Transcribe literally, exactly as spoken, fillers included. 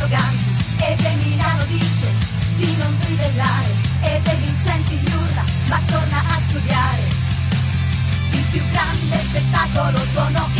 arroganti, e De Milano dice di non ribellare, e De Vincenti gli urla ma torna a studiare. Il più grande spettacolo sono